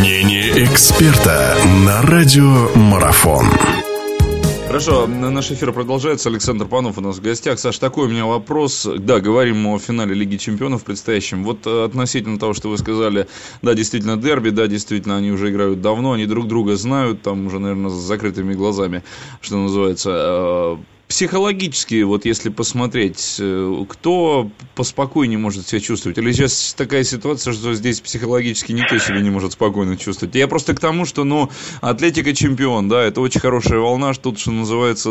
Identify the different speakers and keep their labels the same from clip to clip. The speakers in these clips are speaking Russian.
Speaker 1: Мнение эксперта на радио Марафон.
Speaker 2: Хорошо, наш эфир продолжается. Александр Панов у нас в гостях. Саш, такой у меня вопрос. Да, говорим о финале Лиги Чемпионов предстоящем. Вот относительно того, что вы сказали, да, действительно дерби, да, действительно они уже играют давно, они друг друга знают, там уже, наверное, с закрытыми глазами, что называется. Психологически, вот если посмотреть, кто поспокойнее может себя чувствовать? Или сейчас такая ситуация, что здесь психологически никто себя не может спокойно чувствовать? Я просто к тому, что, Атлетико чемпион, да, это очень хорошая волна, что тут, что называется,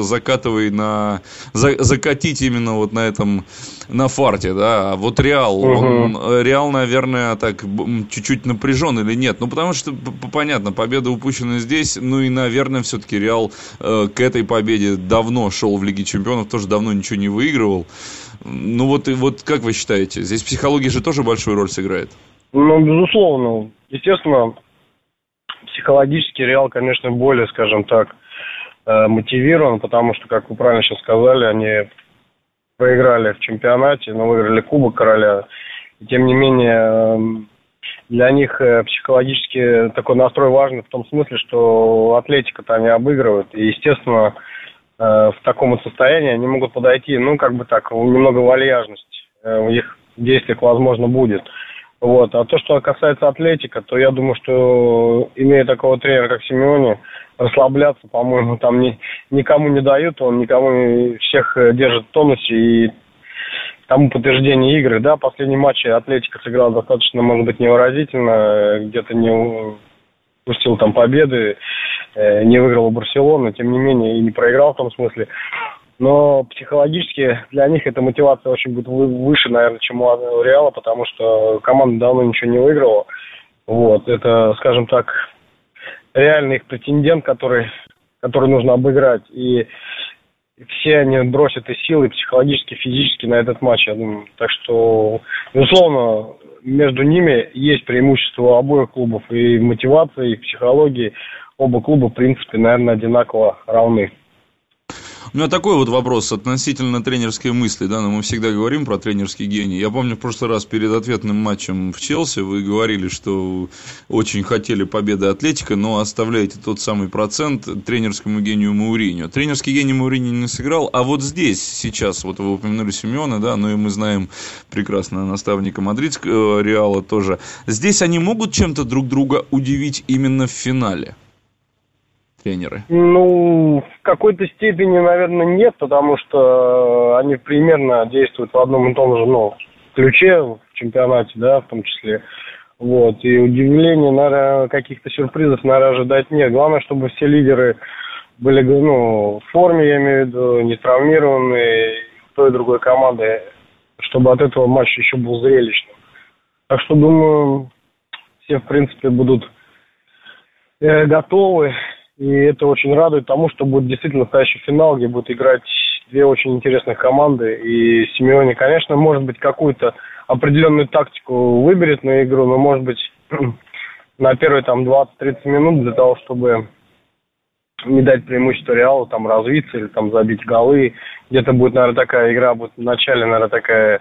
Speaker 2: закатить именно вот на этом, на фарте, да. А вот Реал, наверное, так чуть-чуть напряжен или нет? Потому что, понятно, победа упущена здесь, и, наверное, все-таки Реал к этой победе давно шел в Лиге Чемпионов, тоже давно ничего не выигрывал. Вот как вы считаете, здесь психология же тоже большую роль сыграет?
Speaker 3: Безусловно. Естественно, психологически Реал, конечно, более, скажем так, мотивирован, потому что, как вы правильно сейчас сказали, они проиграли в чемпионате, но выиграли Кубок Короля. И, тем не менее, для них психологически такой настрой важный в том смысле, что Атлетико-то они обыгрывают. И, естественно, в таком вот состоянии они могут подойти, немного вальяжность в их действиях, возможно, будет. Вот. А то, что касается Атлетико, то я думаю, что, имея такого тренера, как Симеоне, расслабляться, по-моему, там никому не дают, он никому всех держит в тонусе, и тому подтверждение игры. Да, последний матч Атлетико сыграл достаточно, может быть, невыразительно, где-то не пустил там победы, не выиграл у Барселоны, тем не менее, и не проиграл в том смысле. Но психологически для них эта мотивация очень будет выше, наверное, чем у Реала, потому что команда давно ничего не выиграла. Вот, это, скажем так, реальный их претендент, который нужно обыграть. И все они бросят и силы, и психологически, и физически на этот матч, я думаю. Так что, безусловно, между ними есть преимущество обоих клубов и в мотивации, и в психологии. Оба клуба, в принципе, наверное, одинаково равны.
Speaker 2: У меня такой вот вопрос относительно тренерской мысли, да, но мы всегда говорим про тренерский гений. Я помню, в прошлый раз перед ответным матчем в Челси вы говорили, что очень хотели победы Атлетико, но оставляете тот самый процент тренерскому гению Мауриньо. Тренерский гений Мауриньо не сыграл, а вот здесь, сейчас, вот вы упомянули Симеона, да, но и мы знаем прекрасно наставника мадридского Реала тоже. Здесь они могут чем-то друг друга удивить именно в финале? Тренеры?
Speaker 3: В какой-то степени, наверное, нет, потому что они примерно действуют в одном и том же, ключе в чемпионате, да, в том числе. Вот, и удивления, наверное, каких-то сюрпризов, наверное, ожидать нет. Главное, чтобы все лидеры были, в форме, я имею в виду, не травмированные, той и другой команды, чтобы от этого матч еще был зрелищным. Так что, думаю, все, в принципе, будут готовы. И это очень радует тому, что будет действительно настоящий финал, где будут играть две очень интересных команды. И Симеоне, конечно, может быть, какую-то определенную тактику выберет на игру, но, может быть, на первые 20-30 минут для того, чтобы не дать преимущество Реалу, развиться или забить голы. Где-то будет, наверное, такая игра, будет вначале, наверное, такая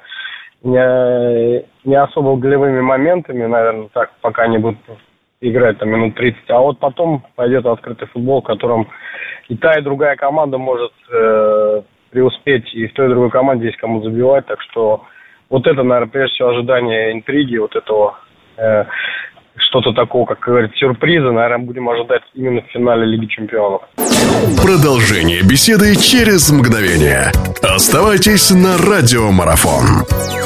Speaker 3: не особо голевыми моментами, наверное, так, пока не будут играть минут 30, а вот потом пойдет открытый футбол, в котором и та, и другая команда может преуспеть, и в той и другой команде есть кому забивать, так что вот это, наверное, прежде всего ожидание интриги, вот этого что-то такого, как говорится, сюрприза, наверное, будем ожидать именно в финале Лиги Чемпионов.
Speaker 1: Продолжение беседы через мгновение. Оставайтесь на Радио Марафон.